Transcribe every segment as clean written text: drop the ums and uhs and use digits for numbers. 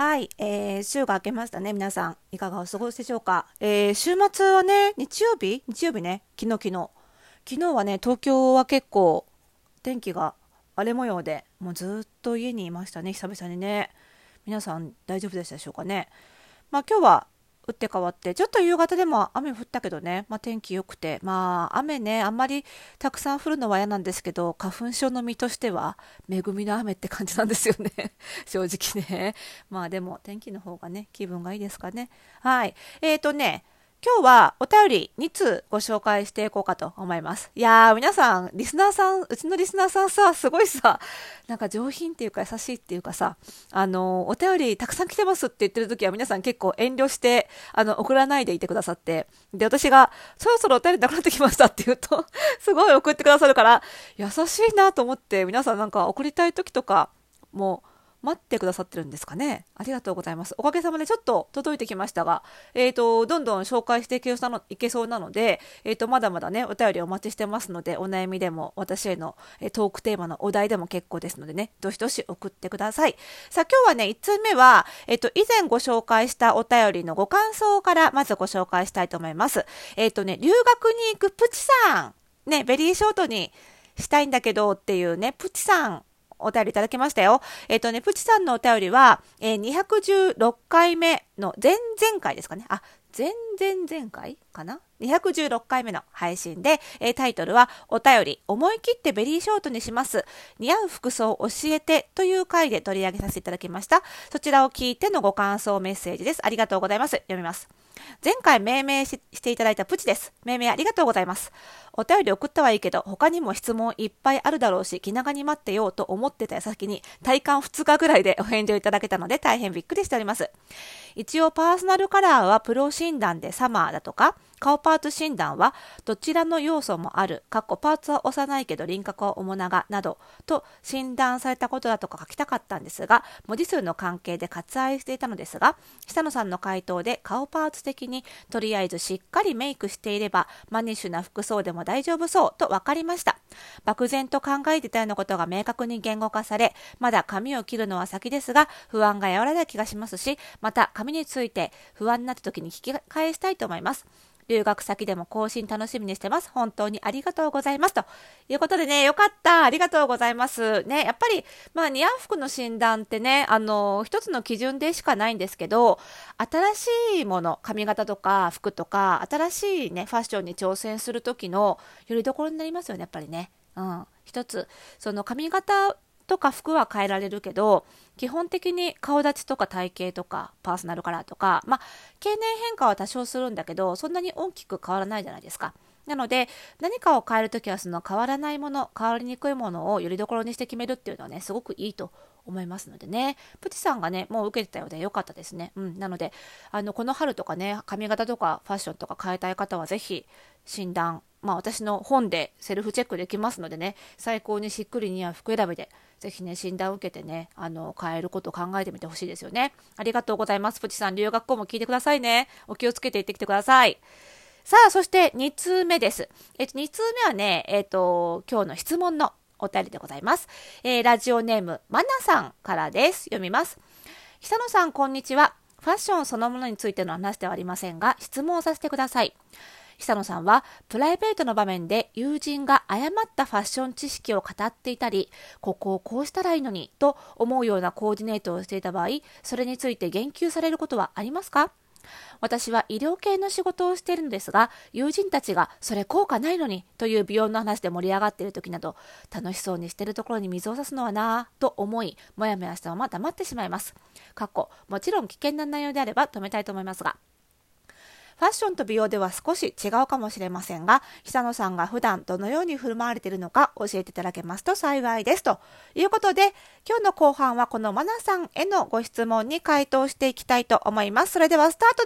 はい、週が明けましたね。皆さん、いかがお過ごしでしょうか。週末はね、日曜日ね、昨日はね、東京は結構天気が荒れ模様で、もうずっと家にいましたね、久々にね。皆さん大丈夫でしたでしょうかね。まあ今日は打って変わって、ちょっと夕方でも雨降ったけどね、まあ天気良くて、まあ雨ね、あんまりたくさん降るのは嫌なんですけど、花粉症の身としては、恵みの雨って感じなんですよね。正直ね。まあでも天気の方がね、気分がいいですかね。はい。今日はお便り2通ご紹介していこうかと思います。いやー、皆さん、リスナーさん、うちのリスナーさんさ、すごいさ、なんか上品っていうか優しいっていうかさ、お便りたくさん来てますって言ってる時は皆さん結構遠慮して、送らないでいてくださって、で、私が、そろそろお便りなくなってきましたって言うと、すごい送ってくださるから、優しいなと思って、皆さんなんか送りたい時とか、もう、待ってくださってるんですかね。ありがとうございます。おかげさまでちょっと届いてきましたが、どんどん紹介していけそうなので、まだまだね、お便りお待ちしてますので、お悩みでも、私へのトークテーマのお題でも結構ですのでね、どしどし送ってください。さあ、今日はね、1通目は、以前ご紹介したお便りのご感想からまずご紹介したいと思います。留学に行くプチさん、ね、ベリーショートにしたいんだけどっていうね、プチさん、お便りいただきましたよ。プチさんのお便りは、216回目の前々回ですかね。前々前回かな ?216 回目の配信で、タイトルはお便り思い切ってベリーショートにします。似合う服装を教えてという回で取り上げさせていただきました。そちらを聞いてのご感想メッセージです。ありがとうございます。読みます。前回命名していただいたプチです。命名ありがとうございます。お便り送ったはいいけど、他にも質問いっぱいあるだろうし、気長に待ってようと思ってた矢先に、体感2日ぐらいでお返事をいただけたので大変びっくりしております。一応パーソナルカラーはプロ診断でサマーだとか、顔パーツ診断はどちらの要素もある、パーツは幼いけど輪郭は面長などと診断されたことだとか書きたかったんですが、文字数の関係で割愛していたのですが、久野さんの回答で顔パーツ的にとりあえずしっかりメイクしていればマニッシュな服装でも大丈夫そうと分かりました。漠然と考えていたようなことが明確に言語化され、まだ髪を切るのは先ですが不安が和らいだ気がしますし、また髪について不安になった時に聞き返したいと思います。留学先でも更新楽しみにしてます。本当にありがとうございます。ということでね、よかった。ありがとうございます。ね、やっぱり、まあ、似合う服の診断ってね、一つの基準でしかないんですけど、新しいもの、髪型とか服とか、新しいね、ファッションに挑戦する時のよりどころになりますよね、やっぱりね。うん。一つ、その髪型とか服は変えられるけど、基本的に顔立ちとか体型とかパーソナルカラーとか、まあ、経年変化は多少するんだけど、そんなに大きく変わらないじゃないですか。なので、何かを変えるときはその変わらないもの、変わりにくいものをよりどころにして決めるっていうのはね、すごくいいと思いますのでね。プチさんがね、もう受けてたようでよかったですね。うん。なので、この春とかね、髪型とかファッションとか変えたい方はぜひ診断、まあ私の本でセルフチェックできますのでね、最高にしっくり似合う服選びで、ぜひね、診断を受けてね、変えることを考えてみてほしいですよね。ありがとうございます。プチさん、留学後も聞いてくださいね。お気をつけて行ってきてください。さあ、そして2通目です。2通目はね、今日の質問のお便りでございます。ラジオネーム、マナさんからです。読みます。久野さん、こんにちは。ファッションそのものについての話ではありませんが、質問をさせてください。久野さんはプライベートの場面で友人が誤ったファッション知識を語っていたり、ここをこうしたらいいのにと思うようなコーディネートをしていた場合、それについて言及されることはありますか？私は医療系の仕事をしているのですが、友人たちがそれ効果ないのにという美容の話で盛り上がっている時など、楽しそうにしているところに水を差すのはなぁと思い、もやもやしたまま黙ってしまいます。もちろん危険な内容であれば止めたいと思いますが、ファッションと美容では少し違うかもしれませんが、久野さんが普段どのように振る舞われているのか教えていただけますと幸いです。ということで、今日の後半はこのマナさんへのご質問に回答していきたいと思います。それではスタートです。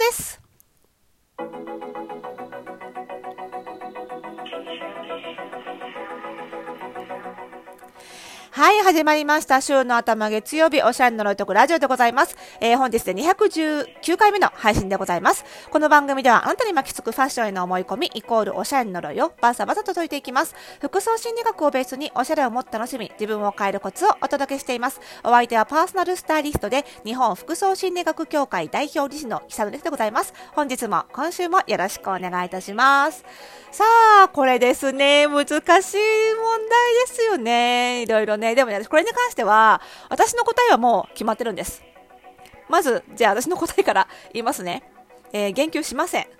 はい、始まりました。週の頭月曜日、おしゃれの呪いとくラジオでございます。本日で219回目の配信でございます。この番組ではあなたに巻きつくファッションへの思い込み、イコールおしゃれの呪いをバサバサと解いていきます。服装心理学をベースにおしゃれをもっと楽しみ、自分を変えるコツをお届けしています。お相手はパーソナルスタイリストで、日本服装心理学協会代表理事の久野ですでございます。本日も今週もよろしくお願いいたします。さあ、これですね、難しい問題ですよね。いろいろね。でもね、これに関しては、私の答えはもう決まってるんです。まず、じゃあ私の答えから言いますね。言及しません。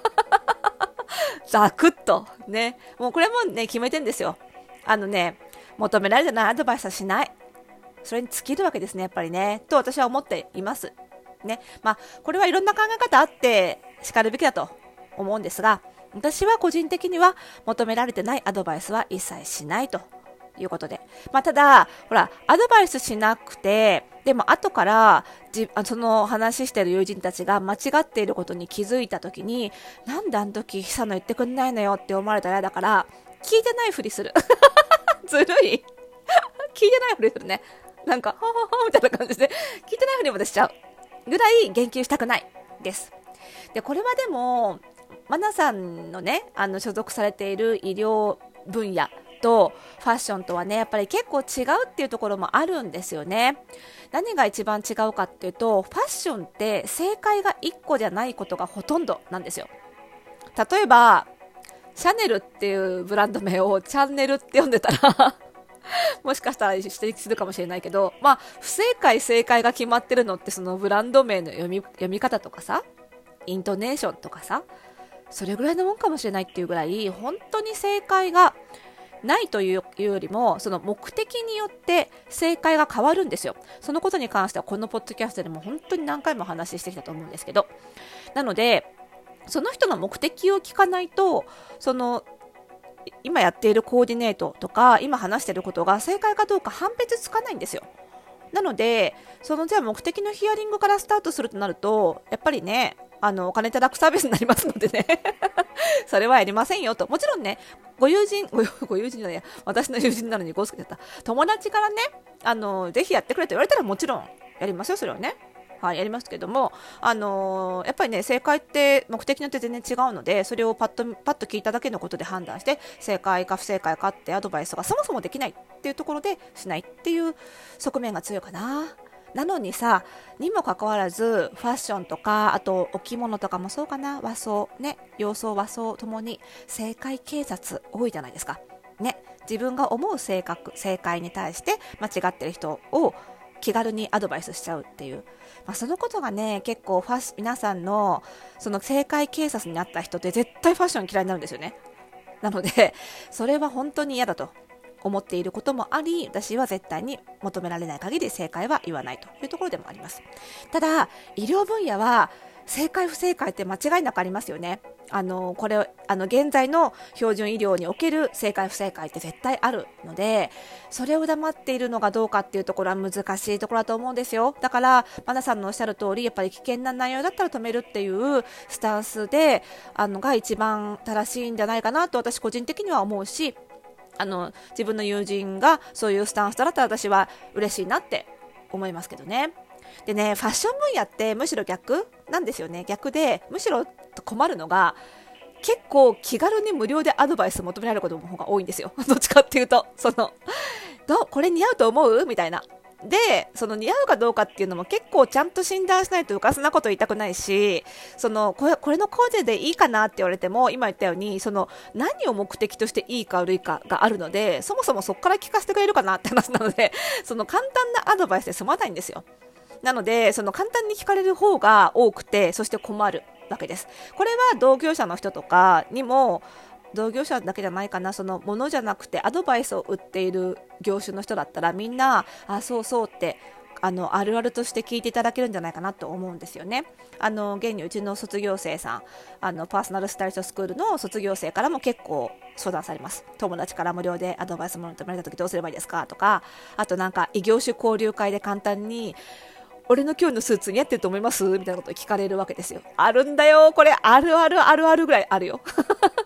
ザクッと。ね。もうこれもね、決めてんですよ。求められてないアドバイスはしない。それに尽きるわけですね、やっぱりね。と私は思っています。ね。これはいろんな考え方あって叱るべきだと思うんですが、私は個人的には求められてないアドバイスは一切しないということで。ただ、ほら、アドバイスしなくて、でも後からその話してる友人たちが間違っていることに気づいたときに、なんであの時久野言ってくんないのよって思われたら嫌だから、聞いてないふりする。ずるい。聞いてないふりするね。なんか、はははみたいな感じで、聞いてないふりまでしちゃうぐらい言及したくないです。で、これはでも、マナさんのね、所属されている医療分野とファッションとはね、やっぱり結構違うっていうところもあるんですよね。何が一番違うかっていうと、ファッションって正解が1個じゃないことがほとんどなんですよ。例えば、シャネルっていうブランド名をチャンネルって読んでたら、もしかしたら指摘するかもしれないけど、不正解正解が決まってるのってそのブランド名の読み方とかさ、イントネーションとかさ、それぐらいのもんかもしれないっていうぐらい、本当に正解がないというよりも、その目的によって正解が変わるんですよ。そのことに関してはこのポッドキャストでも本当に何回も話してきたと思うんですけど、なのでその人の目的を聞かないと、その今やっているコーディネートとか今話していることが正解かどうか判別つかないんですよ。なのでじゃあ目的のヒアリングからスタートするとなると、やっぱりね、お金いただくサービスになりますのでねそれはやりませんよと。もちろんね、ご友人じゃないや、私の友人なのにゴースケだった。友達からね、ぜひやってくれと言われたらもちろんやりますよ、それはね。はい、やりますけども、やっぱりね、正解って目的によって全然違うので、それをパッと聞いただけのことで判断して、正解か不正解かってアドバイスがそもそもできないっていうところでしないっていう側面が強いかな。なのにさ、にもかかわらずファッションとか、あとお着物とかもそうかな、和装ね、洋装和装ともに正解警察多いじゃないですかね。自分が思う正解に対して間違ってる人を気軽にアドバイスしちゃうっていう、そのことがね、結構皆さんのその正解警察になった人って絶対ファッション嫌いになるんですよね。なのでそれは本当に嫌だと思っていることもあり、私は絶対に求められない限り正解は言わないというところでもあります。ただ医療分野は正解不正解って間違いなくありますよね。これ現在の標準医療における正解不正解って絶対あるので、それを黙っているのがどうかっていうところは難しいところだと思うんですよ。だからマナさんのおっしゃる通り、やっぱり危険な内容だったら止めるっていうスタンスでが一番正しいんじゃないかなと私個人的には思うし、自分の友人がそういうスタンスだったら私は嬉しいなって思いますけどね。でね、ファッション分野ってむしろ逆なんですよね。逆で、むしろ困るのが、結構気軽に無料でアドバイス求められることの方が多いんですよ。どっちかっていうと、これ似合うと思うみたいな。で、その似合うかどうかっていうのも結構ちゃんと診断しないとうかつなこと言いたくないし、これのコーデでいいかなって言われても、今言ったように、何を目的としていいか悪いかがあるので、そもそもそこから聞かせてくれるかなって話なので、簡単なアドバイスで済まないんですよ。なので、簡単に聞かれる方が多くて、そして困るわけです。これは同業者の人とかにも、同業者だけじゃないかな、物じゃなくてアドバイスを売っている業種の人だったらみんな、そうそうってあるあるとして聞いていただけるんじゃないかなと思うんですよね。現にうちの卒業生さん、パーソナルスタイリストスクールの卒業生からも結構相談されます。友達から無料でアドバイスも求められた時どうすればいいですかとか、あと異業種交流会で簡単に俺の今日のスーツ似合ってると思いますみたいなことを聞かれるわけですよ。あるんだよ、これあるあるあるあるぐらいあるよ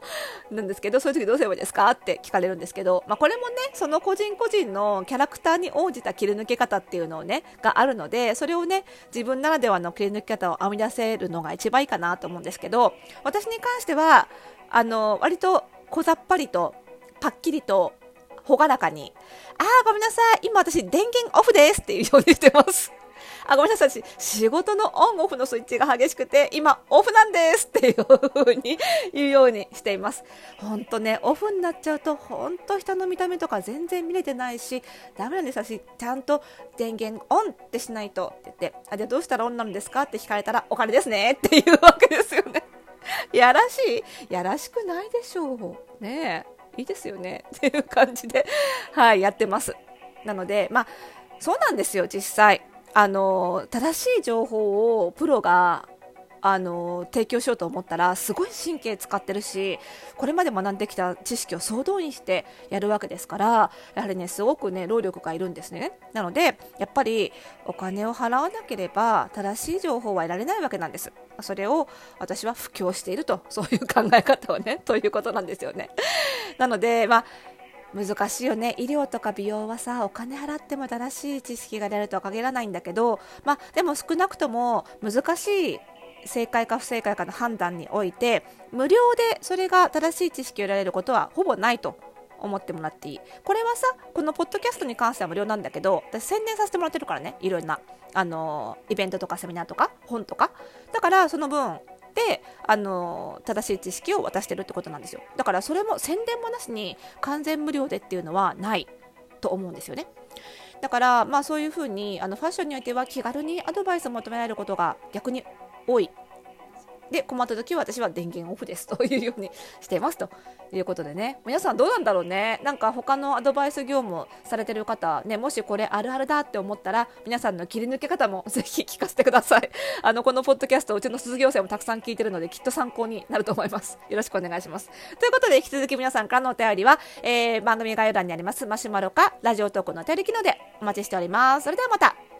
なんですけど、そういう時どうすればいいですかって聞かれるんですけど、これもね、その個人個人のキャラクターに応じた切り抜け方っていうのをね、があるので、それをね、自分ならではの切り抜け方を編み出せるのが一番いいかなと思うんですけど、私に関しては、割と小ざっぱりと、パッキリと、朗らかに、ごめんなさい、今私電源オフですっていうようにしてます。ごめんなさい、仕事のオンオフのスイッチが激しくて、今オフなんですっていう風に言うようにしています。ほんとね、オフになっちゃうと、ほんと人の見た目とか全然見れてないし、ダメなんですし、ちゃんと電源オンってしないとって言って、じゃあどうしたらオンなんですかって聞かれたら、お金ですねっていうわけですよね。やらしい？やらしくないでしょう。ねえ、いいですよねっていう感じで、はい、やってます。なので、そうなんですよ、実際。正しい情報をプロが提供しようと思ったらすごい神経使ってるし、これまで学んできた知識を総動員してやるわけですから、やはりね、すごくね、労力がいるんですね。なのでやっぱりお金を払わなければ正しい情報は得られないわけなんです。それを私は布教していると、そういう考え方をね、ということなんですよね。なので難しいよね。医療とか美容はさ、お金払っても正しい知識が出るとは限らないんだけど、でも少なくとも難しい正解か不正解かの判断において、無料でそれが正しい知識を得られることはほぼないと思ってもらっていい。これはさ、このポッドキャストに関しては無料なんだけど、私宣伝させてもらってるからね、いろんなイベントとかセミナーとか本とか、だからその分で正しい知識を渡してるってことなんですよ。だからそれも宣伝もなしに完全無料でっていうのはないと思うんですよね。だからそういうふうにファッションにおいては気軽にアドバイスを求められることが逆に多い。で、困った時は私は電源オフですというようにしていますということでね、皆さんどうなんだろうね。なんか他のアドバイス業務されてる方ね、もしこれあるあるだって思ったら、皆さんの切り抜け方もぜひ聞かせてください。このポッドキャスト、うちの卒業生もたくさん聞いてるので、きっと参考になると思います。よろしくお願いします。ということで、引き続き皆さんからのお便りは、番組概要欄にありますマシュマロかラジオトークのお便り機能でお待ちしております。それではまた。